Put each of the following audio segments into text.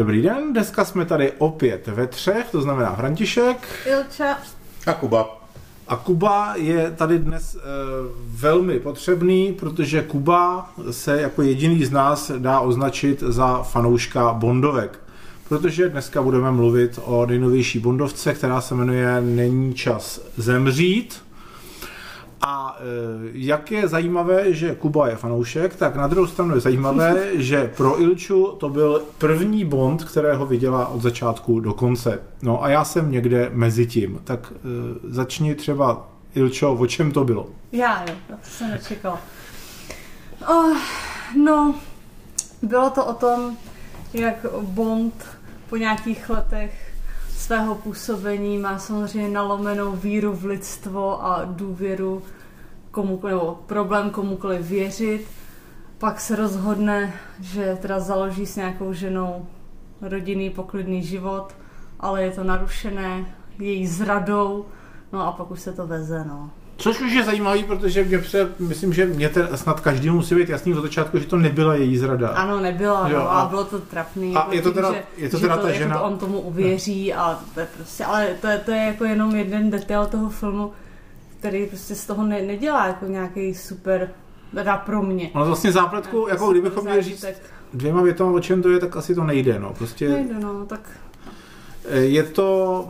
Dobrý den, dneska jsme tady opět ve třech, to znamená František, Ilča a Kuba. A Kuba je tady dnes velmi potřebný, protože Kuba se jako jediný z nás dá označit za fanouška bondovek. Protože dneska budeme mluvit o nejnovější bondovce, která se jmenuje Není čas zemřít. A jak je zajímavé, že Kuba je fanoušek, tak na druhou stranu je zajímavé, že pro Ilču to byl první Bond, kterého viděla od začátku do konce. No a já jsem někde mezi tím. Tak začni třeba, Ilčo, o čem to bylo? Já to jsem nečekala. No, bylo to o tom, jak Bond po nějakých letech svého působení má samozřejmě nalomenou víru v lidstvo a důvěru nebo problém komukoliv věřit. Pak se rozhodne, že teda založí s nějakou ženou rodinný poklidný život, ale je to narušené její zradou, no a pak už se to veze, no. Což už je zajímavý, protože myslím, že mě snad každému musí být jasný od začátku, že to nebyla její zrada. Ano, nebyla, jo, no, a bylo to trapný. A je to teda ta žena. On tomu uvěří a to je prostě, ale to je jako jenom jeden detail toho filmu, který prostě z toho nedělá jako nějaký super, teda pro mě. Ale vlastně zápletku, jako kdybychom měli říct dvěma větama, o čem to je, tak asi to nejde, no. Prostě nejde, no, tak... Je to...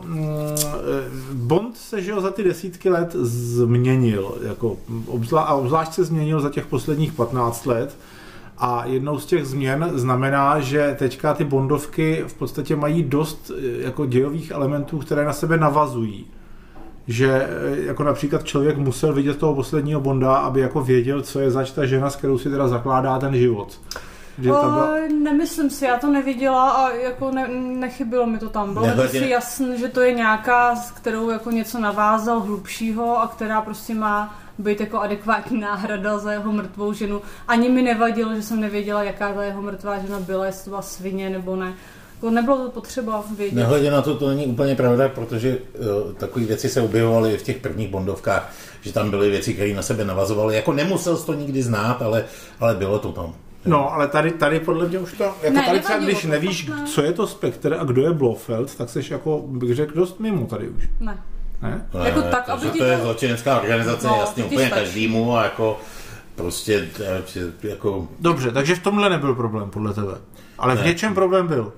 Bond se, že za ty desítky let změnil, jako, a obzvlášť se změnil za těch posledních 15 let. A jednou z těch změn znamená, že teďka ty bondovky v podstatě mají dost jako dějových elementů, které na sebe navazují. Že jako například člověk musel vidět toho posledního Bonda, aby jako věděl, co je zač ta žena, s kterou si teda zakládá ten život. Nemyslím si, já to neviděla a jako nechybilo mi to tam. Bylo to si jasné, že to je nějaká, s kterou jako něco navázal hlubšího a která prostě má být jako adekvátní náhrada za jeho mrtvou ženu. Ani mi nevadilo, že jsem nevěděla, jaká ta jeho mrtvá žena byla, jestli to byla svině nebo ne. Nebylo to potřeba vědět. Nehledě na to není úplně pravda, protože takové věci se objevovaly v těch prvních bondovkách, že tam byly věci, které na sebe navazovaly. Jako nemusel jsi to nikdy znát, ale bylo to tam. No, ale tady podle mě už to, jako tady třeba, když nevíš, co je to Spectre a kdo je Blofeld, tak jsi jako, bych řekl, dost mimo tady už. Ne? Jako tak, aby to je zločinecká organizace, jasně úplně každému a jako prostě jako... Dobře, takže v tomhle nebyl problém podle tebe. Ale v něčem problém byl.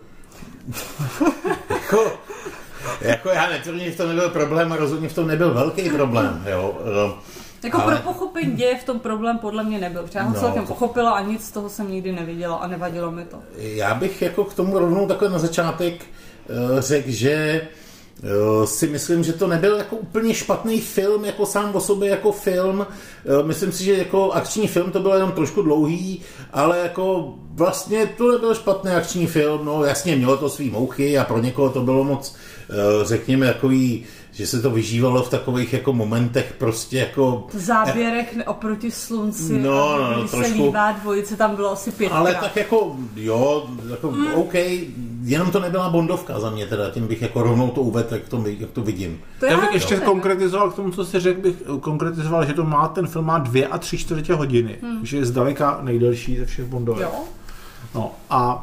jako já netvrdím, že v tom nebyl problém a rozhodně v tom nebyl velký problém, jo. Jako pro pochopení děje v tom problém podle mě nebyl. Já ho celkem pochopila a nic z toho jsem nikdy neviděla a nevadilo mi to. Já bych jako k tomu rovnou takhle na začátek řekl, že si myslím, že to nebyl jako úplně špatný film, jako sám o sobě jako film. Myslím si, že jako akční film to bylo jenom trošku dlouhý, ale jako vlastně to nebyl špatný akční film, no jasně mělo to svý mouchy a pro někoho to bylo moc, řekněme, takový, že se to vyžívalo v takových jako momentech prostě jako... V záběrech oproti slunci, když trošku, se líbá dvojice, tam bylo asi 5krát. Ale tak jako, jo, jako OK, jenom to nebyla bondovka za mě teda, tím bych jako rovnou to uvedl, jak to vidím. Já bych ještě konkretizoval k tomu, co jsi řekl, bych konkretizoval, že to má, ten film má 2 3/4 hodiny, že je zdaleka nejdelší ze všech bondovek. Jo. No a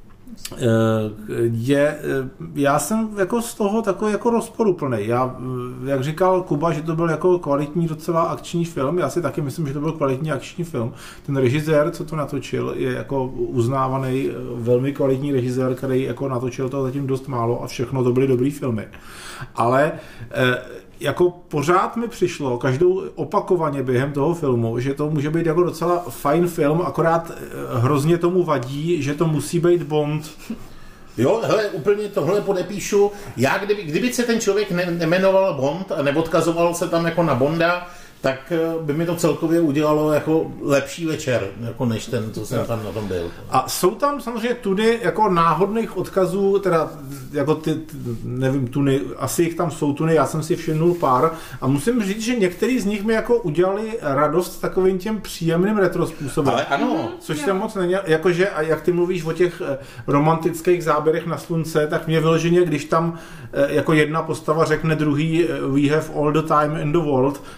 já jsem jako z toho takový jako rozporuplnej. Já, jak říkal Kuba, že to byl jako kvalitní docela akční film, já si taky myslím, že to byl kvalitní akční film. Ten režisér, co to natočil, je jako uznávaný velmi kvalitní režisér, který jako natočil to zatím dost málo a všechno to byly dobrý filmy. Ale jako pořád mi přišlo, každou opakovaně během toho filmu, že to může být jako docela fajn film, akorát hrozně tomu vadí, že to musí být Bond. Jo, hele, úplně tohle podepíšu. Já, kdyby se ten člověk nemenoval Bond a neodkazoval se tam jako na Bonda, tak by mi to celkově udělalo jako lepší večer, jako než ten, co jsem tam na tom byl. A jsou tam samozřejmě tuny jako náhodných odkazů, teda jako nevím, tuny, asi jich tam jsou tuny, já jsem si všimnul pár a musím říct, že některý z nich mi jako udělali radost takovým těm příjemným retro způsobem. Ale ano. Což jsem moc neměl, jakože a jak ty mluvíš o těch romantických záběrech na slunce, tak mě vyloženě, když tam jako jedna postava řekne druhý we have all the time in the world a v tu chvíli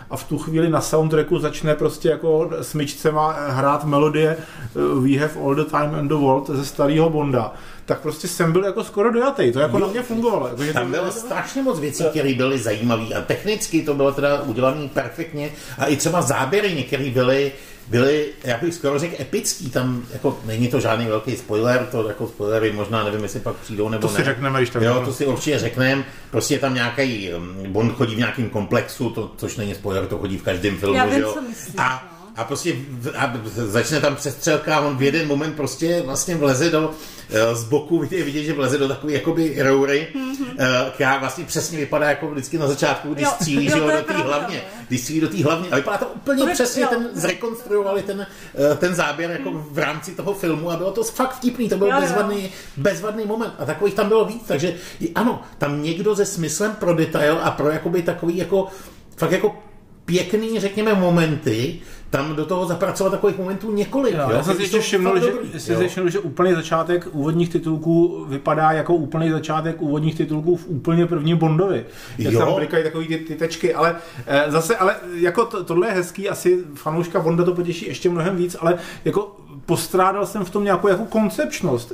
chvíli na soundtracku začne prostě jako smyčcema hrát melodie We Have All the Time in the World ze starého Bonda, tak prostě jsem byl jako skoro dojatý, to jako na mě fungovalo. Jako, tam bylo strašně moc věcí, které byly zajímavé a technicky to bylo teda udělané perfektně a i třeba záběry některé byly, jak bych skoro řekl, epický, tam jako není to žádný velký spoiler, to jako spoilery možná nevím, jestli pak přijdou nebo to ne. Si řekneme, když tak. Jo, to si určitě řekneme, prostě je tam nějaký Bond chodí v nějakém komplexu, což není spoiler, to chodí v každém filmu, já vím, že jo. Co myslíš, A prostě začne tam přestřelka a on v jeden moment prostě vlastně vleze z boku, vidět, že vleze do takové jakoby roury, která vlastně přesně vypadá jako vždycky na začátku, když střílí do té hlavně. Když střílí do té hlavně. A vypadá to úplně přesně, zrekonstruovali ten záběr jako v rámci toho filmu a bylo to fakt vtipný, to byl bezvadný moment. A takových tam bylo víc, takže ano, tam někdo se smyslem pro detail a pro jakoby takový jako fakt jako pěkný, řekněme, momenty, tam do toho zapracovat takových momentů několik. Jo? Já jsem si ještě všimnul, že úplný začátek úvodních titulků vypadá jako úplný začátek úvodních titulků v úplně prvním Bondovi. Jak tam blikají takový ty tečky, ale zase, jako tohle je hezký, asi fanouška Bonda to potěší ještě mnohem víc, ale jako postrádal jsem v tom nějakou jako koncepčnost,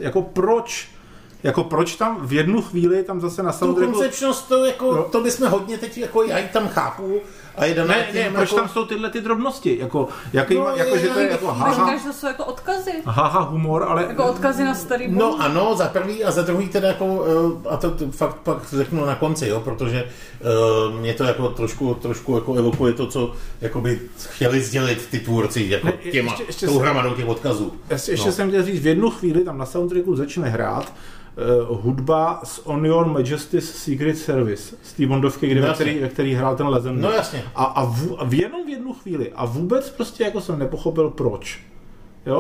jako proč tam v jednu chvíli tam zase na soundtracku... Tu koncepčnost, to bychom hodně teď, jako já ji tam chápu. A proč tam jsou tyhle ty drobnosti? Že to je jako haha. Že to jsou jako odkazy. Haha, humor, ale... Jako odkazy na starý Bond. No ano, za prvý a za druhý teda jako, a to fakt pak řeknu na konci, jo, protože mě to jako trošku jako evokuje to, co jakoby chtěli sdělit ty tvůrci, jako tou hromadou těch odkazů. Ještě jsem chtěl říct, v jednu chvíli tam na soundtracku začne hrát hudba z On Your Majesty's Secret Service, z té Bondovky, ve který hrál ten Legend. No jasně. A jenom v jednu chvíli. A vůbec prostě jako jsem nepochopil proč. Jo?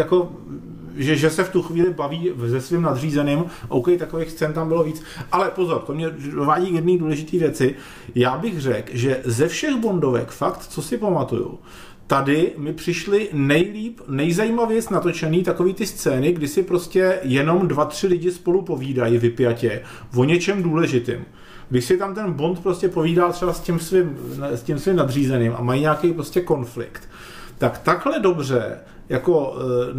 Že se v tu chvíli baví se svým nadřízeným, OK, takových scén tam bylo víc. Ale pozor, to mě dovádí k jedné důležité věci. Já bych řekl, že ze všech Bondovek, fakt, co si pamatuju, tady mi přišly nejlíp, nejzajímavějc natočený takový ty scény, kdy si prostě jenom 2-3 lidi spolu povídají vypjatě o něčem důležitým. Když si tam ten Bond prostě povídal třeba s tím svým nadřízeným a mají nějaký prostě konflikt, tak takhle dobře jako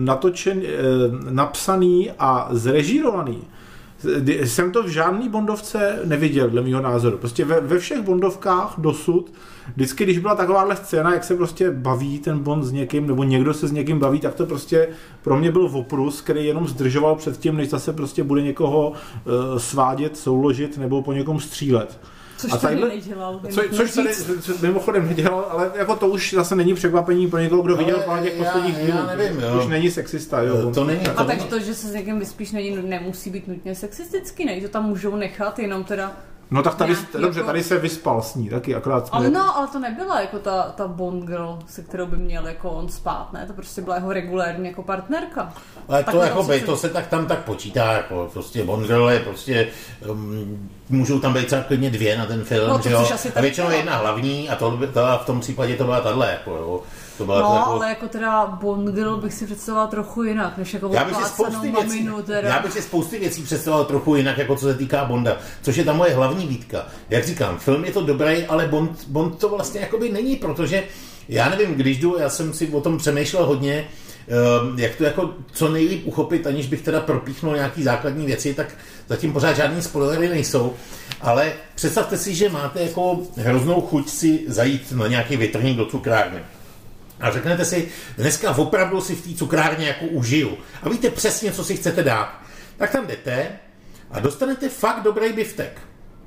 napsaný a zrežírovaný jsem to v žádný Bondovce neviděl, dle mýho názoru. Prostě ve všech Bondovkách dosud, vždycky, když byla takováhle scéna, jak se prostě baví ten Bond s někým, nebo někdo se s někým baví, tak to prostě pro mě byl oprus, který jenom zdržoval před tím, než zase prostě bude někoho svádět, souložit nebo po někom střílet. Což tady nedělal. Což tady mimochodem nedělal, ale jako to už zase není překvapení pro někoho, kdo viděl pár těch posledních dílů. Už není sexista. Jo, to není. A tak to, že se s někým vyspíš, nemusí být nutně sexistický, ne? To tam můžou nechat, jenom teda... No tak tady, dobře, tady se vyspal s ní taky, akorát... Ale to nebyla jako ta Bond girl, se kterou by měl jako on spát, ne? To prostě byla jeho regulérní jako partnerka. Ale to jako to se tak tam tak počítá, jako prostě Bond girl je prostě... můžou tam být třeba klidně 2 na ten film, no, že jo? A většinou jedna hlavní a v tom případě to byla tahle, jako jo. Ale jako teda Bond girl bych si představoval trochu jinak, než jako oplácanou maminu. Já bych si spousty věcí představoval trochu jinak, jako co se týká Bonda, což je ta moje hlavní výtka. Jak říkám, film je to dobrý, ale Bond to vlastně jakoby není, protože já nevím, když já jsem si o tom přemýšlel hodně, jak to jako co nejlíp uchopit, aniž bych teda propíchnul nějaký základní věci, tak zatím pořád žádný spoilery nejsou. Ale představte si, že máte jako hroznou chuť si zajít na nějaký větrník do cukrárny. A řeknete si, dneska opravdu si v té cukrárně jako užiju. A víte přesně, co si chcete dát. Tak tam jdete a dostanete fakt dobrý biftek.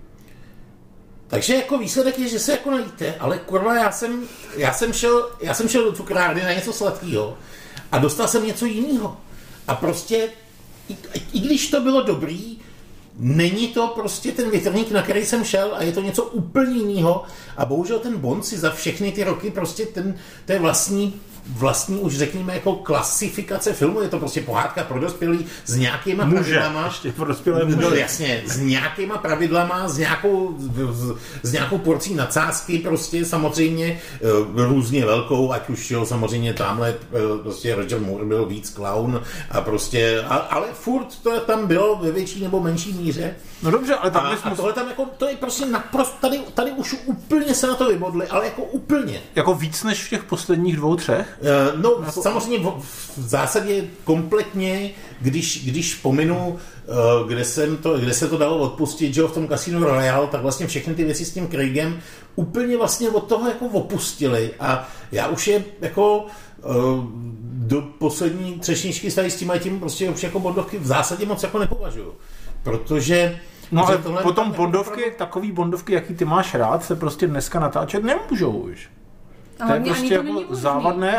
Takže jako výsledek je, že se jako najíte, ale kurva, já jsem šel do cukrárny na něco sladkého a dostal jsem něco jiného. A prostě, i když to bylo dobrý, není to prostě ten větrník, na který jsem šel a je to něco úplně jiného a bohužel ten Bond si za všechny ty roky prostě to je vlastní už řekněme jako klasifikace filmu, je to prostě pohádka pro dospělý s nějakýma pravidlama. Ještě pro dospělé muže. No jasně, s nějakýma pravidlama, s nějakou porcí nadsázky, prostě samozřejmě různě velkou, ať už jo, samozřejmě tamhle prostě Roger Moore byl víc clown a prostě, ale furt to tam bylo ve větší nebo menší míře. No dobře, ale tam a tohle tam jako, to je prostě naprosto, tady už úplně se na to vybodli, ale jako úplně úplně. Jako víc než v těch posledních 2, 3? No jako... samozřejmě v zásadě kompletně, když pominu, kde se to dalo odpustit, že v tom Casino Royale, tak vlastně všechny ty věci s tím Craigem úplně vlastně od toho jako opustili a já už je jako do poslední třešničky s tím prostě už jako bondovky v zásadě moc jako nepovažuju. Protože no ale potom bondovky, jako takový bondovky, jaký ty máš rád, se prostě dneska natáčet nemůžou už. To je prostě jako závadné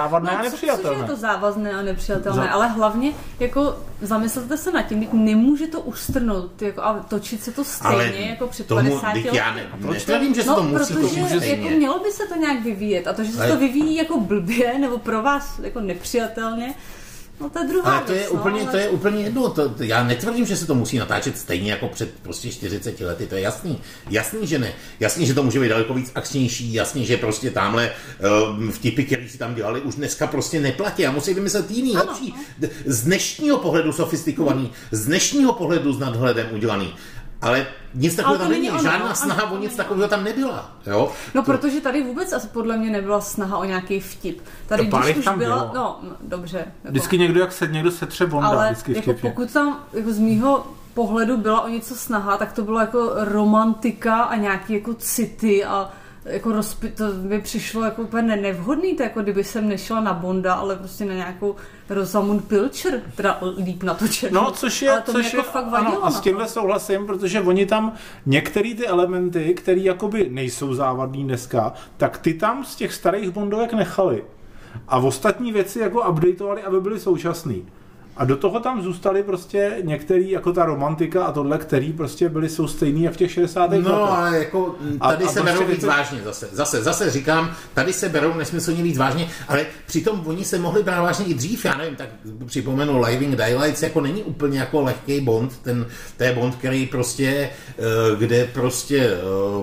a nepřijatelné. Což je to závazné a nepřijatelné, ale hlavně jako zamyslete se nad tím, teď nemůže to ustrnout jako, a točit se to stejně ale jako před 50 lety. Já nevím, že se to musí protože jako mělo by se to nějak vyvíjet a to, že se to vyvíjí jako blbě nebo pro vás jako nepřijatelně, no to je druhá ale to je úplně jedno. Já netvrdím, že se to musí natáčet stejně jako před prostě 40 lety, to je jasný. Jasný, že ne. Jasný, že to může být daleko víc akčnější, jasný, že prostě tamhle vtipy, které si tam dělali, už dneska prostě neplatí. A musí vymyslet jiný, lepší. Z dnešního pohledu sofistikovaný, z dnešního pohledu s nadhledem udělaný. Ale nic takového tam není, žádná snaha o nic takového tam nebyla. Jo? No protože tady vůbec asi podle mě nebyla snaha o nějaký vtip. Tady když už byla, no dobře. Jako, vždycky někdo setře Bonda. Ale vždycky jako pokud tam jako z mýho pohledu byla o něco snaha, tak to bylo jako romantika a nějaký jako city a jako to by přišlo jako úplně nevhodný, to jako kdyby jsem nešla na Bonda, ale prostě na nějakou Rosamund Pilcher, teda líp natočenou. No, což je, jako fakt vadilo. Ano, a s tímhle souhlasím, protože oni tam některé ty elementy, které jakoby nejsou závadný dneska, tak ty tam z těch starých Bondovek nechali. A ostatní věci jako updateovali, aby byly současný. A do toho tam zůstaly prostě některý, jako ta romantika a tohle, který prostě jsou stejný jak v těch 60. letech. No, ale jako tady se berou víc vážně zase říkám, tady se berou nesmyslně víc vážně, ale přitom oni se mohli brát vážně i dřív, já nevím, tak připomenu Living Daylights, jako není úplně jako lehký Bond, to je Bond, který prostě, kde prostě...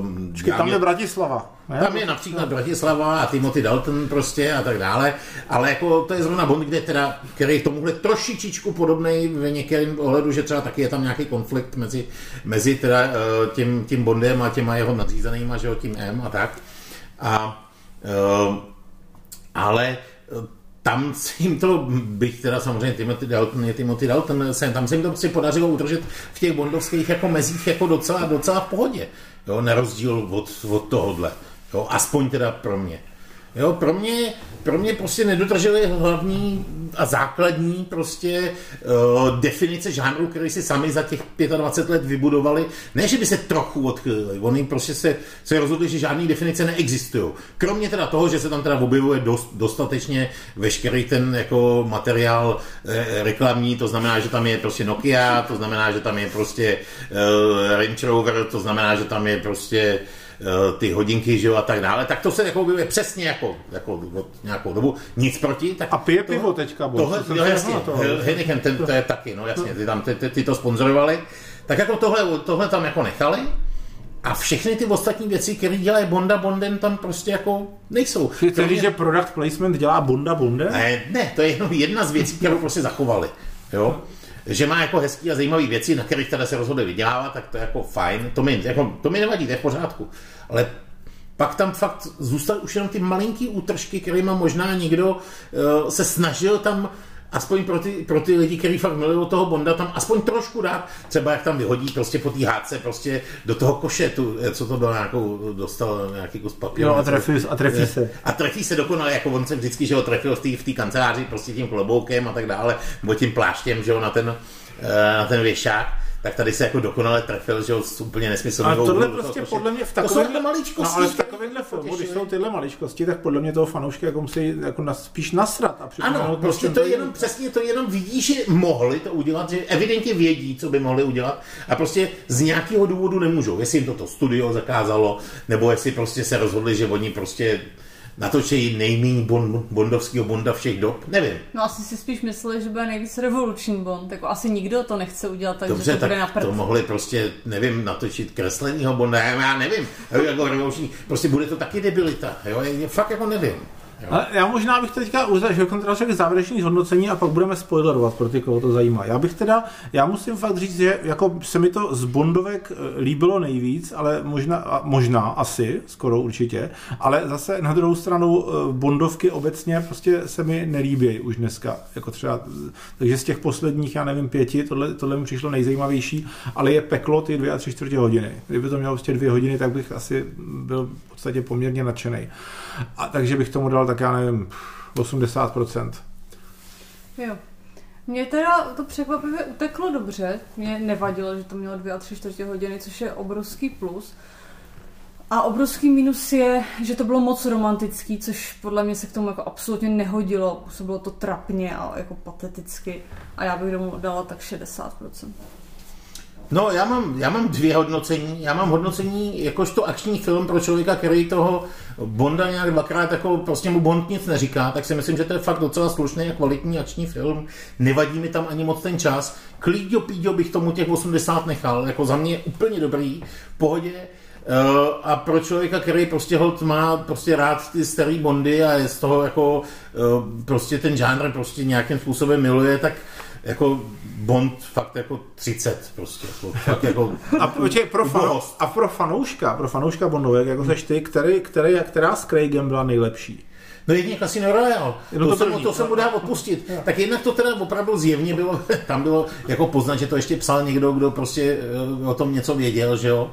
tam je Bratislava. Tam je například Bratislava a Timothy Dalton prostě a tak dále, ale jako to je zrovna Bond, který tomuhle trošičičku podobnej v některém ohledu, že třeba taky je tam nějaký konflikt mezi teda tím Bondem a těma jeho nadřízenýma, že jo, tím M a tak. Ale tam se jim to, byť teda samozřejmě Timothy Dalton, tam se jim to prostě podařilo udržet v těch bondovských jako mezích jako docela v pohodě, jo, na rozdíl od tohohle. Jo, aspoň teda pro mě. Jo, pro mě prostě nedodrželi hlavní a základní prostě definice žánru, který si sami za těch 25 let vybudovali. Ne, že by se trochu odchylili, oni prostě se rozhodli, že žádný definice neexistují. Kromě teda toho, že se tam teda objevuje dostatečně veškerý ten jako materiál reklamní, to znamená, že tam je prostě Nokia, to znamená, že tam je prostě Range Rover, to znamená, že tam je prostě ty hodinky, že jo, a tak dále, tak to se jako objevuje přesně jako od nějakou dobu, nic proti. Tak a pije pivo teďka, tohle, jasně, Heineken, to je taky, no jasně, ty to sponzorovali, tak jako tohle tam jako nechali a všechny ty ostatní věci, které dělají Bonda Bondem, tam prostě jako nejsou. Chceš, že product placement dělá Bonda Bondem? Ne, to je jenom jedna z věcí, kterou prostě zachovali, jo. Že má jako hezký a zajímavý věci, na kterých teda se rozhodli vydělávat, tak to je jako fajn. To mi nevadí, to je v pořádku. Ale pak tam fakt zůstaly už jenom ty malinký útržky, kterýma možná někdo se snažil tam aspoň pro ty lidi, kteří fakt milují toho Bonda, tam aspoň trošku dát, třeba jak tam vyhodí prostě po té hádce prostě do toho koše, co to bylo dostal nějaký kus papíru. Jo, a trefí se. A trefí se dokonale, jako on se vždycky, že ho trefil v té kanceláři prostě tím kloboukem a tak dále, nebo tím pláštěm, že ho na ten věšák. Tak tady se jako dokonale trefil, že ho úplně nesmyslně. A tohle prostě podle mě v takovémhle maličkosti. No, ale v takovémhle filmu, když jsou tyhle maličkosti, tak podle mě toho fanoušky jako musí jako spíš nasrat. A ano, prostě to je jenom přesně to jenom vidí, že mohli to udělat, že evidentně vědí, co by mohli udělat a prostě z nějakého důvodu nemůžou. Jestli jim to studio zakázalo, nebo jestli prostě se rozhodli, že oni prostě natočejí nejméně bondovského Bonda všech dob, nevím. No asi si spíš mysleli, že bude nejvíc revoluční Bond, jako asi nikdo to nechce udělat, takže dobře, to bude na prd. To mohli prostě, nevím, natočit kreslenýho Bonda, já nevím, jako revoluční, prostě bude to taky debilita, jo, fakt jako nevím. Ale já možná bych teďka řekl závěrečné zhodnocení a pak budeme spoilerovat pro ty, koho to zajímá. Já musím fakt říct, že jako se mi to z Bondovek líbilo nejvíc, ale možná asi, skoro určitě, ale zase na druhou stranu Bondovky obecně prostě se mi nelíbí už dneska, jako třeba, takže z těch posledních, já nevím, 5, tohle mi přišlo nejzajímavější, ale je peklo ty 2 3/4 hodiny. Kdyby to mělo prostě 2 hodiny, tak bych asi byl v podstatě poměrně nadšenej. A takže bych tomu dal tak, já nevím, 80%. Jo. Mně teda to překvapivě uteklo dobře. Mně nevadilo, že to mělo 2 3/4 hodiny, což je obrovský plus. A obrovský minus je, že to bylo moc romantický, což podle mě se k tomu jako absolutně nehodilo. Působilo to trapně a jako pateticky. A já bych tomu dala tak 60%. No, já mám 2 hodnocení. Já mám hodnocení jakožto akční film pro člověka, který toho Bonda nějak 2krát jako prostě mu Bond nic neříká, tak si myslím, že to je fakt docela slušný a kvalitní akční film. Nevadí mi tam ani moc ten čas. Klíďo píďo bych tomu těch 80 nechal. Jako za mě je úplně dobrý, v pohodě. A pro člověka, který prostě holt má prostě rád ty starý Bondy a je z toho jako prostě ten žánr prostě nějakým způsobem miluje, tak jako Bond fakt jako 30 prostě. Jako, fakt jako a pro fanouška Bondovek, jako seš ty, která s Craigem byla nejlepší? No jedině Casino Royale, to se mu dá odpustit. Tak jednak to teda opravdu zjevně bylo, tam bylo jako poznat, že to ještě psal někdo, kdo prostě o tom něco věděl, že jo.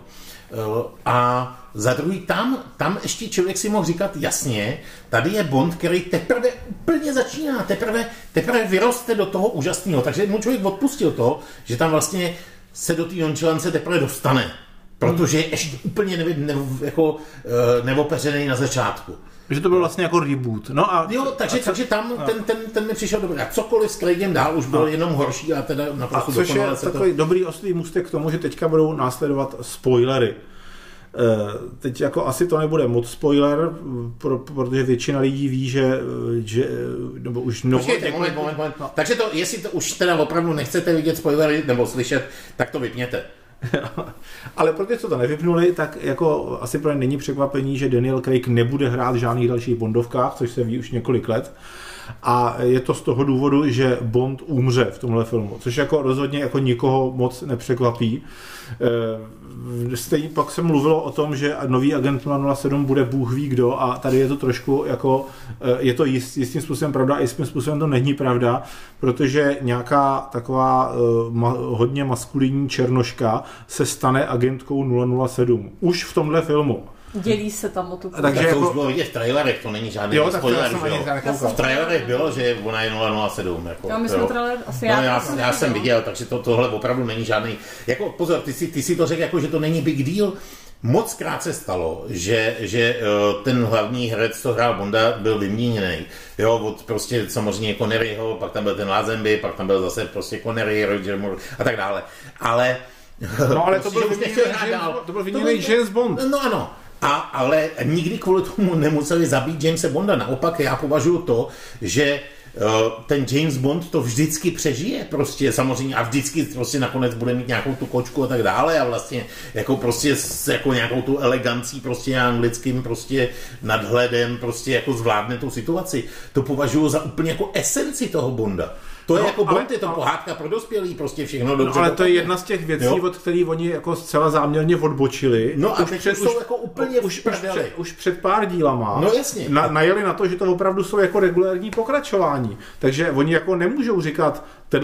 A za druhý, tam ještě člověk si mohl říkat, jasně, tady je Bond, který teprve úplně začíná, teprve vyroste do toho úžasného. Takže mu člověk odpustil to, že tam vlastně se do té nonchalance teprve dostane. Protože je ještě úplně neopeřený na začátku. Že to byl vlastně jako reboot. No a jo, takže tam ten mi přišel dobrý. A cokoliv s Craigem dál už bylo jenom horší a teda naprosto dokonale. Což je takový dobrý oslý můstek k tomu, že teďka budou následovat spoilery. Teď jako asi to nebude moc spoiler, protože většina lidí ví, že nebo už Počkejte, moment. No. Takže to, jestli to už teda opravdu nechcete vidět spoilery nebo slyšet, tak to vypněte. Ale pro ty, co to nevypnuli, tak jako asi pro ně není překvapení, že Daniel Craig nebude hrát v žádných dalších Bondovkách, což se ví už několik let. A je to z toho důvodu, že Bond umře v tomhle filmu, což jako rozhodně jako nikoho moc nepřekvapí. Stejně pak se mluvilo o tom, že nový agent 007 bude Bůh ví kdo a tady je to trošku jako, je to jistým způsobem pravda a jistým způsobem to není pravda, protože nějaká taková hodně maskulinní černoška se stane agentkou 007. Už v tomhle filmu. Dělí se tam o tu takže tak to jako už bylo vidět v trailerech, to není žádný spoiler, v trailerech bylo, že ona je 007. Jako, já myslím trailer, asi já jsem viděl, takže tohle opravdu není žádný, jako pozor, ty si to řekl, jako, že to není big deal. Moc krát se stalo, že ten hlavní herec, co hrál Bonda, byl vyměněný. Jo, od prostě samozřejmě Conneryho, pak tam byl ten Lazenby, pak tam byl zase prostě Connery, Roger Moore a tak dále. Ale to byl vyměněný James Bond. No ano. Ale nikdy kvůli tomu nemuseli zabít Jamese Bonda. Naopak já považuji to, že ten James Bond to vždycky přežije prostě samozřejmě a vždycky prostě nakonec bude mít nějakou tu kočku a tak dále a vlastně jako prostě s jako nějakou tu elegancí prostě anglickým prostě nadhledem prostě jako zvládne tu situaci. To považuji za úplně jako esenci toho Bonda. To je jako Bond, je to pohádka pro dospělý, prostě všechno dobře. Ale to je jedna z těch věcí, od kterých oni jako zcela záměrně odbočili. No a teď jsou jako úplně už před pár dílama. No jasně. Najeli na to, že to opravdu jsou jako regulární pokračování. Takže oni jako nemůžou říkat,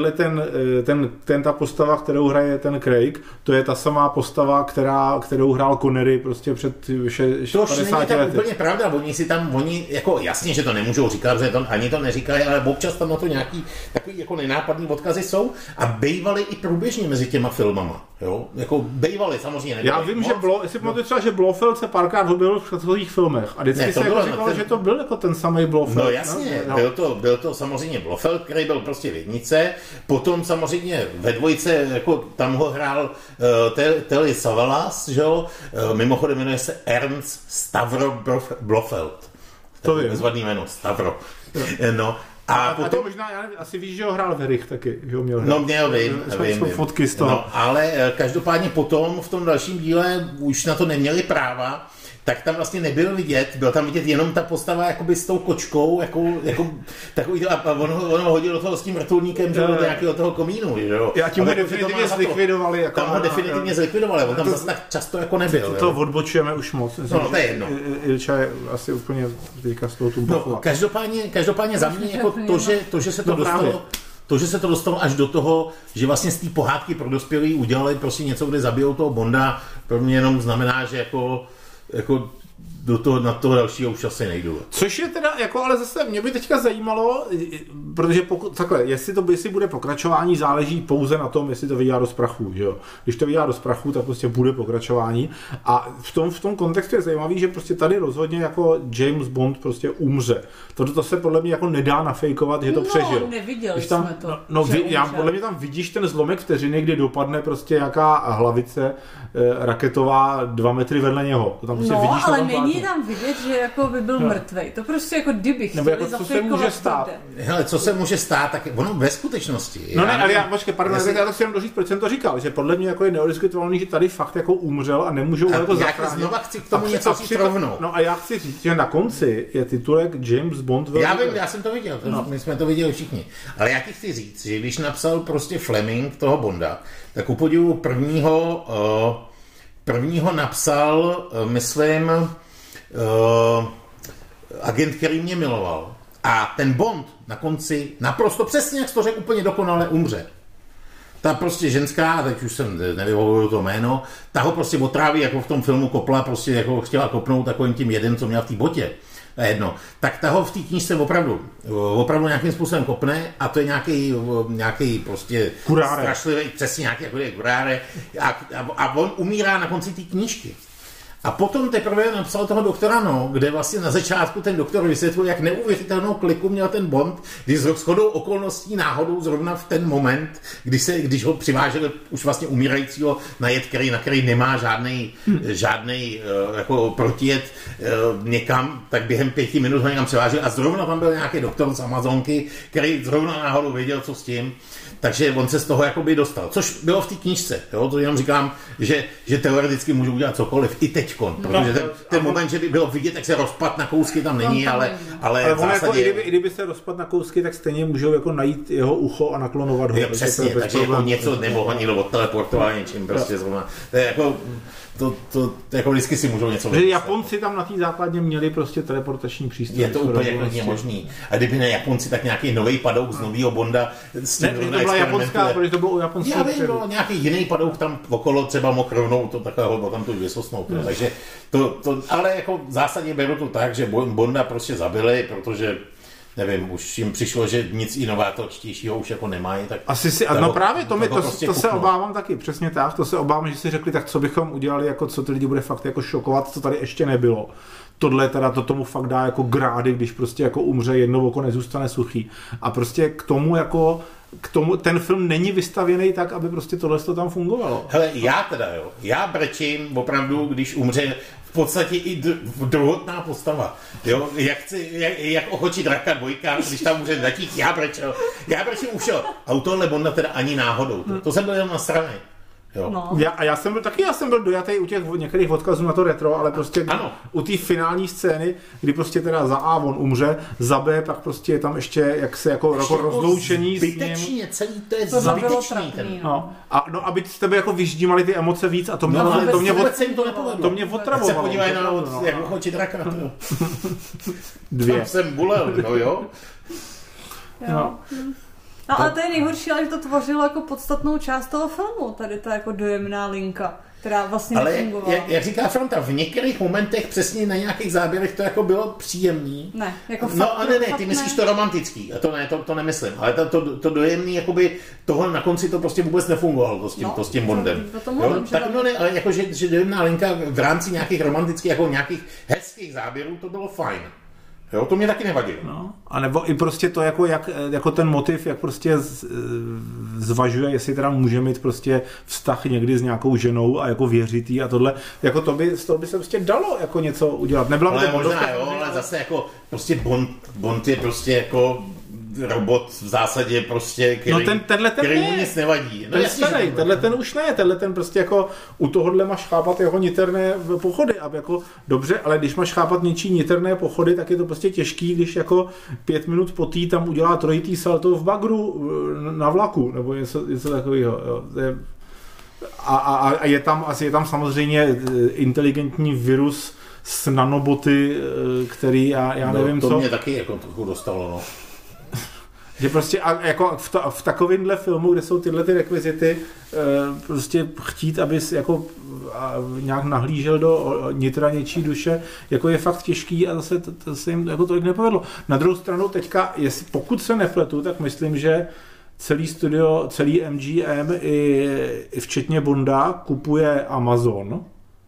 ta postava, kterou hraje ten Craig, to je ta samá postava, kterou hrál Connery prostě před 50 lety. To není úplně pravda, oni jako jasně, že to nemůžou říkat, že to ani to neříkají, ale občas tam na to nějaký takový jako nenápadný odkazy jsou a bejvaly i průběžně mezi těma filmama, jo? Jako bejvaly samozřejmě. Já vím, že jestli pamatuješ třeba, že Blofeld se párkrát objevil v předchozích filmech a vždycky se jako říkalo, že to byl jako ten samý Blofeld. No jasně, no. Byl to samozřejmě Blofeld, který byl prostě v jednice. Potom samozřejmě ve dvojce, jako tam ho hrál Telly Savalas, že jo? Mimochodem jmenuje se Ernst Stavro Blofeld. To je bezvadný jméno, Stavro. No. A potom možná, asi víš, že ho hrál Verich taky, že ho měl hrát. No vím. Fotky z toho. No, ale každopádně potom v tom dalším díle už na to neměli práva, tak tam vlastně nebyl vidět, byl tam vidět jenom ta postava jakoby s tou kočkou, jako takový to, a ono hodilo toho s tím vrtulníkem, že do nějakého toho komínu, že jo. A tím ho definitivně zlikvidovali. Tam ho definitivně zlikvidovali, on tam zase tak často jako nebyl. To odbočujeme už moc. No, to je jedno. Ilča je asi úplně teďka z toho tu bachla. Každopádně za mě jako to, že se to dostalo, to, že se to dostalo až do toho, že vlastně z té pohádky pro dospělí udělali prostě něco, kde zabijou toho Bonda, pro mě jenom znamená, že jako na toho dalšího už asi nejdu. Což je teda, jako, ale zase mě by teďka zajímalo, protože takhle, jestli bude pokračování, záleží pouze na tom, jestli to vydělá do prachu, že jo. Když to vydělá do prachu, tak prostě bude pokračování. A v tom kontextu je zajímavý, že prostě tady rozhodně jako James Bond prostě umře. To se podle mě jako nedá nafejkovat, že to přežil. No, neviděli tam, jsme to. Podle mě tam vidíš ten zlomek vteřiny, kdy dopadne prostě jaká hlavice raketová 2 metry vedle něho. To tam prostě vidíš, ale není tam vidět, že jako by byl mrtvej. To prostě jako kdyby chtěli jako, co se může stát. Hele, co se může stát, tak ono ve skutečnosti. No ne, ale já to si jenom doříct, proč jsem to říkal, že podle mě jako je neodiskutovatelný, že tady fakt jako umřel a nemůžou jako zachránit. Já znova chci k tomu něco říct rovnou. No a já chci říct, že na konci je titulek James Bond. Já vím, já jsem to viděl, my jsme to viděli všichni. Ale já ti chci říct, že když napsal prostě Fleming toho Bonda, tak u podivu prvního napsal, myslím, agent, který mě miloval. A ten Bond na konci naprosto přesně, jak jsi to řekl, úplně dokonale umře. Ta prostě ženská, teď už jsem nevyvolil to jméno, ta ho prostě otráví, jako v tom filmu kopla, prostě jako chtěla kopnout takovým tím jeden, co měl v té botě. A jedno. Tak ta ho v té knížce opravdu nějakým způsobem kopne a to je nějaký prostě kuráre. Strašlivý, přesně nějaký jako kuráre a on umírá na konci té knížky. A potom teprve napsal toho doktora No, kde vlastně na začátku ten doktor vysvětlil, jak neuvěřitelnou kliku měl ten Bond, když s shodou okolností náhodou zrovna v ten moment, když ho přiváželi už vlastně umírajícího na jed, na který nemá žádnej jako protijet někam, tak během 5 minut ho někam přiváželi a zrovna tam byl nějaký doktor z Amazonky, který zrovna náhodou věděl, co s tím. Takže on se z toho jakoby dostal. Což bylo v té knížce. Jo? To jenom říkám, že teoreticky můžu udělat cokoliv. I teďkon. Protože ten moment, že by bylo vidět, jak se rozpad na kousky tam není, ale v zásadě... Jako, i kdyby se rozpad na kousky, tak stejně můžou jako najít jeho ucho a naklonovat ho. Jo, přesně, takže jako něco, nebo ho někdo odteleportoval něčím prostě zrovna. To je jako... To jako vždycky si můžou něco vymyslet. Japonci tam na té základně měli prostě teleportační přístroj. Je to úplně klidně možný. A kdyby ne Japonci, tak nějaký nový padouk z nového Bonda. Ne, to byla japonská, protože to bylo u japonského. Já vím, no, nějaký jiný padouk tam okolo třeba mohl rovnou to takového tam to vysosnout. Takže ale jako v zásadě beru to tak, že Bonda prostě zabili, protože nevím, už jim přišlo, že nic inovátorštějšího už jako nemají. Tak asi si, no právě to se obávám taky, přesně tak, to se obávám, že si řekli, tak co bychom udělali, jako co ty lidi bude fakt jako šokovat, co tady ještě nebylo. Tohle teda to tomu fakt dá jako grády, když prostě jako umře, jedno oko nezůstane suchý. A prostě k tomu ten film není vystavěný tak, aby prostě tohle tam fungovalo. Hele, já brečím opravdu, když umře v podstatě i druhotná postava. Jo? Jak ochočí draka 2, když tam může zatík, já brečím ušel. A u tohle Bonda teda ani náhodou. To jsem byl jenom na straně. Jo. No. Já jsem byl dojatý u těch některých odkazů na to retro, ale prostě u té finální scény, kdy prostě teda za A on umře, za B pak prostě je tam ještě jak se jako rozloučení s ním. Celý to je zbytečný. No, aby z tebe jako vyždímali ty emoce víc a to mě otravovalo. Se podívej na jak ochočí draka. 2. Tam jsem bulel, jo. No ale to je nejhorší, ale že to tvořilo jako podstatnou část toho filmu, tady ta jako dojemná linka, která vlastně nefungovala. Ale jak říká Franta, v některých momentech přesně na nějakých záběrech to jako bylo příjemný. Ne, jako fakt, no a ne, ty myslíš to romantický, a to nemyslím, ale to dojemný, jakoby tohle na konci to prostě vůbec nefungovalo, to s tím Bondem. Tak no ne, ale jako, že dojemná linka v rámci nějakých romantických, jako nějakých hezkých záběrů, to bylo fajn. Jo, to mě taky nevadilo. No, a nebo i prostě to, jako ten motiv, jak prostě zvažuje, jestli teda může mít prostě vztah někdy s nějakou ženou a jako věřit jí a tohle, jako z toho by se prostě dalo jako něco udělat. Nebyla by to možná, jo, ale zase jako prostě Bond je prostě jako robot v zásadě prostě, který mu nic nevadí. No, tenhle už ne, tenhle ten prostě jako u tohohle máš chápat jeho niterné pochody, aby jako dobře, ale když máš chápat něčí niterné pochody, tak je to prostě těžký, když jako 5 minut potý tam udělá trojitý salto v bagru na vlaku, nebo něco takového. A je tam samozřejmě inteligentní virus s nanoboty, který já nevím to co. To mě taky jako trochu dostalo, no. Že prostě a jako v takovémhle filmu, kde jsou tyhle ty rekvizity, prostě chtít, abys jako nějak nahlížel do nitra něčí duše, jako je fakt těžký a zase to se jim jako tolik nepovedlo. Na druhou stranu teďka, pokud se nepletu, tak myslím, že celý studio, celý MGM i včetně Bonda kupuje Amazon.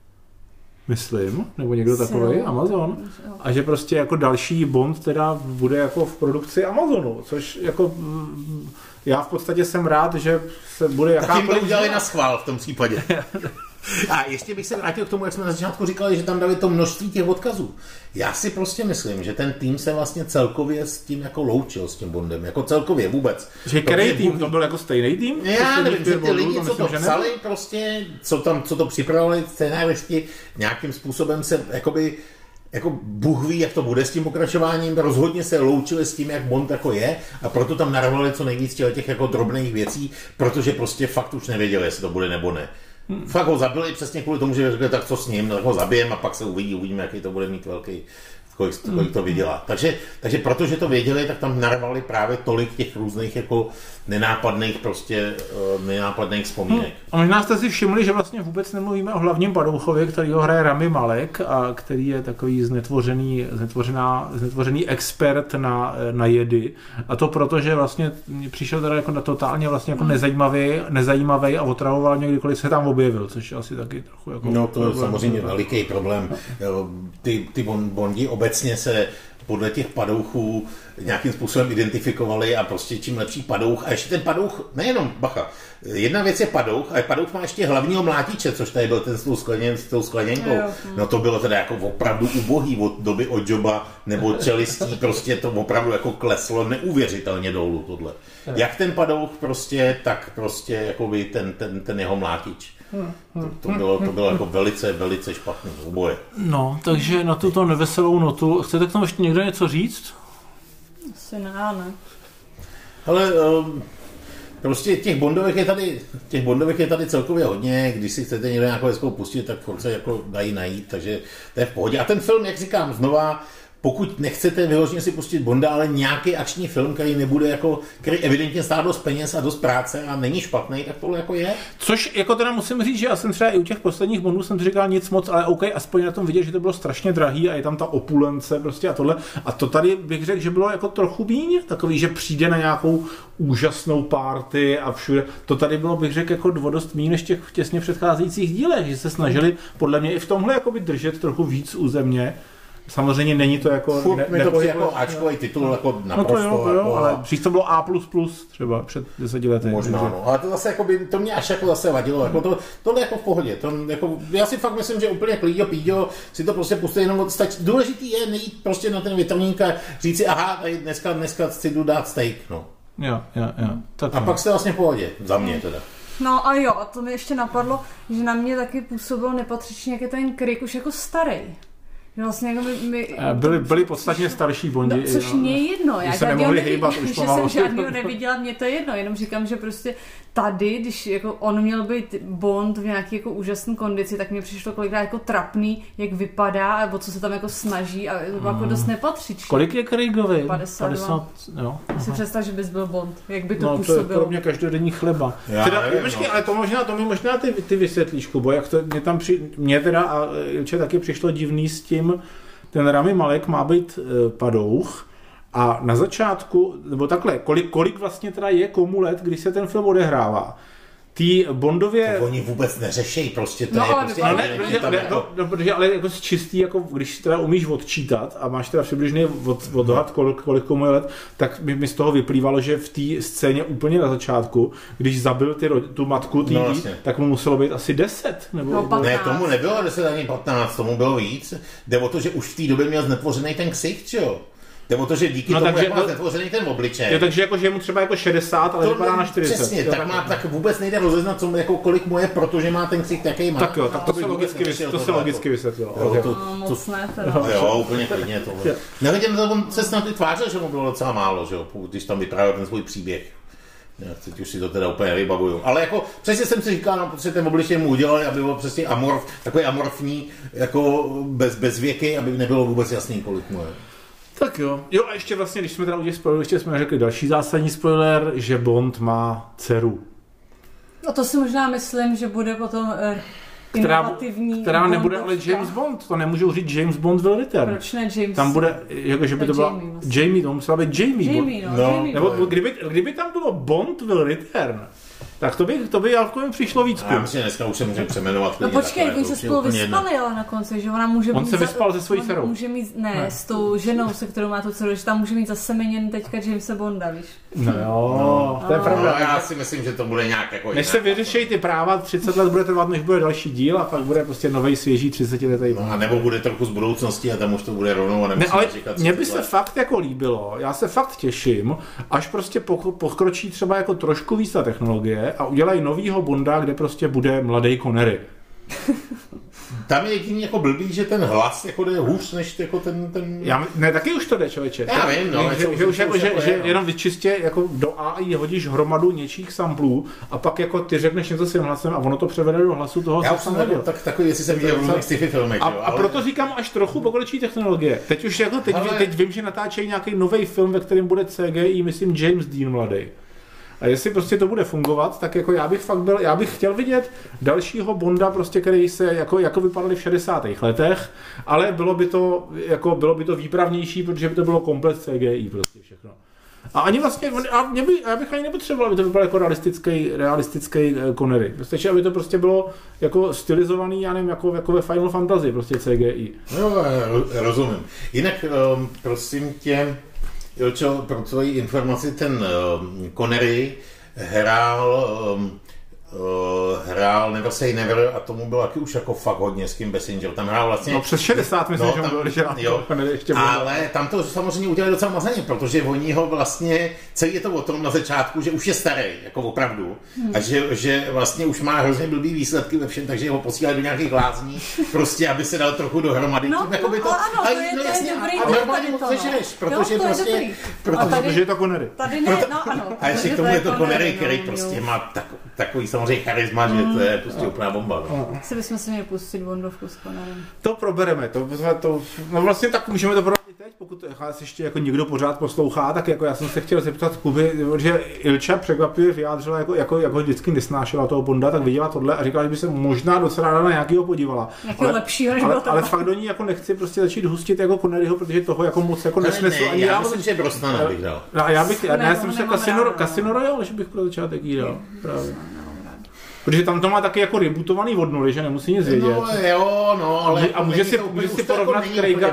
Myslím, nebo někdo takový, Amazon. A že prostě jako další Bond teda bude jako v produkci Amazonu, což jako já v podstatě jsem rád, že se bude jakákoliv... Tak jim to udělali na schvál v tom případě. A ještě bych se vrátil k tomu, jak jsme na začátku říkali, že tam dali to množství těch odkazů. Já si prostě myslím, že ten tým se vlastně celkově s tím jako loučil, s tím Bondem, jako celkově vůbec. Že který tým? To byl jako stejný tým? Já nevím, že ty lidi, co to psali, prostě, co to připravili, scénáristi, nějakým způsobem se jako Bůh ví, jak to bude s tím pokračováním, rozhodně se loučili s tím, jak Bond jako je, a proto tam narvali co nejvíc těch jako drobných věcí, protože prostě fakt už nevěděli, jestli to bude nebo ne. Fakt ho zabili přesně kvůli tomu, že řekli, tak co s ním, tak ho zabijem a pak se uvidíme, jaký to bude mít velký, kolik to vydělá. Takže protože to věděli, tak tam narvali právě tolik těch různých jako nenápadných vzpomínek. A možná jste si všimli, že vlastně vůbec nemluvíme o hlavním padouchovi, který ho hraje Rami Malek a který je takový znetvořený expert na jedy. A to proto, že vlastně přišel teda jako totálně vlastně jako nezajímavý a otravoval někdy, kolik se tam objevil, což je asi taky trochu jako... No to je samozřejmě veliký problém. Ty Bondi obecně se podle těch padouchů nějakým způsobem identifikovali a prostě čím lepší padouch. A ještě ten padouch, nejenom, bacha, jedna věc je padouch, a padouch má ještě hlavního mlátiče, což tady byl ten s tou skleněnkou. No to bylo teda jako opravdu ubohý od doby Oddjoba nebo Čelistí, prostě to opravdu jako kleslo neuvěřitelně dolů tohle. Jak ten padouch prostě, tak prostě jakoby ten jeho mlátič. To bylo jako velice, velice špatný oboje. No, takže na tuto neveselou notu, chcete k tomu ještě někdo něco říct? Asi ne. Ale prostě těch Bondovek je tady celkově hodně, když si chcete někdo nějakou hezkou pustit, tak se jako dají najít, takže to je v pohodě. A ten film, jak říkám, znova, pokud nechcete vyloženě si pustit Bonda, ale nějaký akční film, který evidentně stál dost peněz a dost práce a není špatný, tak tohle jako je. Což jako teda musím říct, že já jsem třeba i u těch posledních Bondů jsem si říkal nic moc, ale OK, aspoň na tom vidět, že to bylo strašně drahý a je tam ta opulence prostě a tohle. A to tady bych řekl, že bylo jako trochu míň, takový, že přijde na nějakou úžasnou party a všude. To tady bylo, bych řekl, jako dost míň než těch těsně předcházejících dílech, že se snažili podle mě i v tomhle jakoby držet trochu víc u země. Samozřejmě není to jako... Furt mi to přijde jako Ačkový titul, jako naprosto. No to jo, ale dřív to bylo A++, třeba před 10 lety. Možná, no. Ale to zase jako to mě až jako zase vadilo. Jako tohle jako v pohodě. Já si fakt myslím, že úplně klíďo, píďo, si to prostě pustí jenom stačí. Důležitý je nejít prostě na ten větrník a říct si, aha, tady dneska si jdu dát steak, no. Jo. Tak a pak jste vlastně v pohodě, za mě teda. No a jo, a to mi ještě napadlo, že na mě taky působil nepatřičně, jak je ten Craig už jako starý. Vlastně jako byli podstatně starší Bondi. No, což mě je jedno. Já se nemohli hejbat už pomalu. Že jsem žádnýho neviděla, mě to je jedno. Jenom říkám, že prostě tady, když jako on měl být Bond v nějaký jako úžasné kondici, tak mě přišlo kolikrát jako trapný, jak vypadá, nebo co se tam jako snaží a to jako dost nepatřičné. Kolik je Craigovi? 50. Jo. Si představ, že bys byl Bond. Jak by to působilo? působilo? To je pro mě každodenní chleba. Ale to mi možná ty vysvětlíš, Kubo, jak to mě teda a Ilče taky přišlo divný s tím, ten Rami Malek má být padouch a na začátku, nebo takhle, kolik vlastně teda je komu let, když se ten film odehrává. Ty Bondově... To oni vůbec neřešejí, prostě to no, je prostě... Protože ale jako čistý, jako když teda umíš odčítat a máš teda přibližný odhad, kolik komu je let, tak mi z toho vyplývalo, že v té scéně úplně na začátku, když zabil tu matku tak mu muselo být asi 10. Nebo... Ne, tomu nebylo 10 ani 15, tomu bylo víc. Jde o to, že už v té době měl znetvořený ten ksicht, jo? Nebo to, že díky tomu, takže, jak má zetvořený ten obličej. Jo, takže jako, že je mu třeba jako 60, ale vypadá na 40. Přesně, jo, tak vůbec nejde rozeznat, jako kolik mu je, protože má ten ksik, jaký má. Tak jo, tak to se logicky vysvětlilo. Moc ne, teda. Jo, úplně klidně tohle. Nevidím, on se snad vytvářel, že mu bylo docela málo, že jo, když tam vyprávěl ten svůj příběh. Teď už si to teda úplně nevybavuju. Ale jako přesně jsem si říkal, no, protože ten obličej mu udělali, aby byl přesně takový amorfní, jako bez věky, aby nebylo vůbec jasný, kolik mu je. Tak jo. Jo, a ještě vlastně, když jsme teda udělali spoiler, ještě jsme řekli další zásadní spoiler, že Bond má dceru. No to si možná myslím, že bude potom inovativní. Která nebude ale James Bond, to nemůžou říct James Bond will return. Proč ne James? Tam bude, jako, že by to byla Jamie, to musela být Jamie Bond. Jamie, nebo kdyby tam bylo Bond will return, tak to by Jalkovi přišlo víc. Já myslím, že dneska už se může přeměnovat. No počkej, oni se spolu vyspali, ale na konci, že ona může on se vyspal se svojí dcerou. Může mít, ne, s tou ženou, se kterou má tu dceru, že tam může mít zase měněn teďka Jamesa Bonda, víš? No jo, to je pravda. No, já si myslím, že to bude nějak jako než se vyřeší ty práva, 30 let bude trvat, než bude další díl a pak bude prostě novej, svěží 30letý. No, a nebo bude trochu z budoucnosti a tam už to bude rovnou a nemusíme ale říkat. Mně by se fakt jako líbilo, já se fakt těším, až prostě pokročí třeba jako trošku víc ta technologie a udělají novýho Bonda, kde prostě bude mladý Connery. Tam je jediný jako blbý, že ten hlas jako jde hůř než jako ten... Ne, taky už to jde, člověče. Já vím, no. Že jenom čistě jako do AI hodíš hromadu něčích samplů a pak jako ty řekneš něco svým hlasem a ono to převede do hlasu toho, co jsem nevěděl. Tak takový věci jsem viděl v různých sci-fi filmech. A proto říkám až trochu pokročí technologie. Teď už jako teď vím, že natáčejí nějaký nový film, ve kterém bude CGI, myslím James Dean mladý. A jestli prostě to bude fungovat, tak jako já bych chtěl vidět dalšího Bonda, prostě, který se jako vypadali v 60. letech, ale bylo by to výpravnější, protože by to bylo komplet CGI prostě všechno. A ani vlastně, já bych ani nepotřeboval, aby to vypadalo jako realistický Connery. Prostě, aby to prostě bylo jako stylizovaný, já nevím, jako ve Final Fantasy, prostě CGI. No, rozumím. Jinak, prosím tě, Ilčo, pro tvoji informaci, ten Connery hrál Never Say Never a tomu bylo taky už jako fakt hodně s Kim Basinger. Tam hrál vlastně... No přes 60 myslím, že byl, když ale tam to samozřejmě udělali docela mazeně, protože oni ho vlastně, celý je to o tom na začátku, že už je starý, jako opravdu, a že vlastně už má hrozně blbý výsledky ve všem, takže ho posílali do nějakých lázní, prostě, aby se dal trochu dohromady. No, to je dobrý. A normálně mu to sežereš, protože prostě... Protože je to Connery. Tady ne, no ano. A ještě k tomu je to Connery, který prostě má takový samozřejmě charisma, že to je prostě úplná bomba. No. Si bychom si měli pustit Bondovku s Connerem. To probereme, no vlastně tak můžeme to probrat i teď, pokud nás ještě jako někdo pořád poslouchá, tak jako já jsem se chtěl zeptat Kuby, že Ilča překvapivě vyjádřila, jako vždycky nesnášela toho Bonda, tak viděla tohle a říkala, že by se možná docela ráda na nějakýho podívala. Nějakého lepšího, než bylo to. Ale fakt do ní jako nechci prostě začít hustit jako Conneryho, protože toho jako moc jako nesnesu. Ne, já myslím, že Brosnana bych dal. Já jsem se Casino Royale, že bych pro začátek jí dal. Právě. Protože tam to má taky jako rebootovaný od nuly, že nemusí nic vědět. No jo, no, ale... A může si porovnat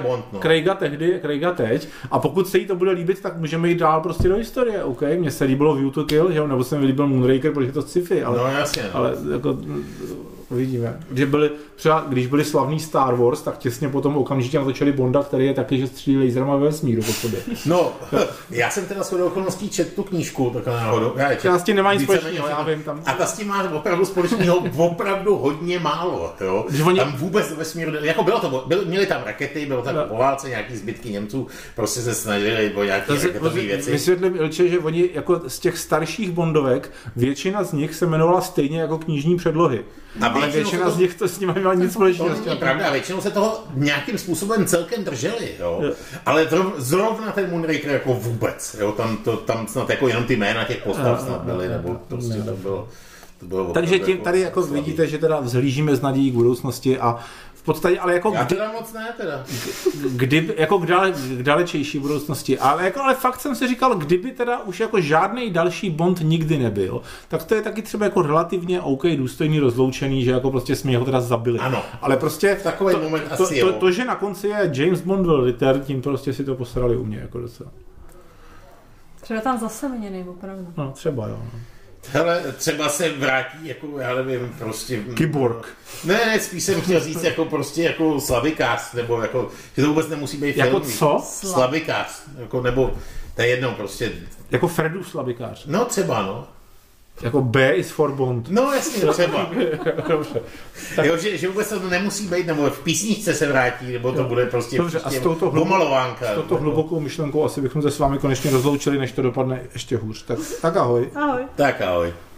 Craiga teď a pokud se jí to bude líbit, tak můžeme jít dál prostě do historie, OK? Mně se líbilo View to Kill, že jo? Nebo se mi líbil Moonraker, protože to sci-fi, ale... No jasně. Ale jako... Uvidíme. Třeba když byli slavný Star Wars, tak těsně potom okamžitě natočili Bonda, který je taky, že střílí laserama ve vesmíru po sobě. No, já jsem teda shodou okolností četl tu knížku, takhle náhodou. Já s tím nemá nic společného, já vím tam. A ta s tím má opravdu společného opravdu hodně málo, jo. Tam vůbec vesmíru, jako měli tam rakety, bylo tam po válce nějaký zbytky Němců, prostě se snažili o nějaké raketové věci. Vysvětlím, Ilče, že oni jako z těch starších Bondovek, většina z nich se jmenovala stejně jako knižní předlohy. Ale většina z nich to s nimi nemá nic společného. To je pravda, většinou se toho nějakým způsobem celkem drželi, jo. Ale zrovna ten Moonraker jako vůbec, jo. Tam snad jako jenom ty jména těch postav snad byly, nebo prostě to bylo takže tím tady jako vidíte, že teda vzhlížíme z nadějí k budoucnosti a v podstatě, ale jako... Já teda moc ne, teda. Jako k dalečejší budoucnosti. Ale fakt jsem si říkal, kdyby teda už jako žádný další Bond nikdy nebyl, tak to je taky třeba jako relativně OK, důstojný, rozloučený, že jako prostě jsme ho teda zabili. Ano. Ale prostě takový moment asi to, že na konci je James Bond will return, tím prostě si to postarali u mě jako docela. Třeba tam zasemeněný, opravdu. No, třeba jo. Hele, třeba se vrátí, jako, já nevím, prostě... Kyborg. Ne, spíš jsem chtěl říct jako prostě jako slavikář, nebo jako, že to vůbec nemusí být jako film. co? Slavikář, jako, nebo, to je jedno prostě. Jako Fredův slavikář. No třeba, no. Jako B is for Bond. No jasně, třeba. Jo, že vůbec to nemusí být, nebo v písničce se vrátí, nebo to bude prostě, dobře, prostě a s pomalovánka. S touto hlubokou myšlenkou asi bychom se s vámi konečně rozloučili, než to dopadne ještě hůř. Tak ahoj. Ahoj. Tak ahoj.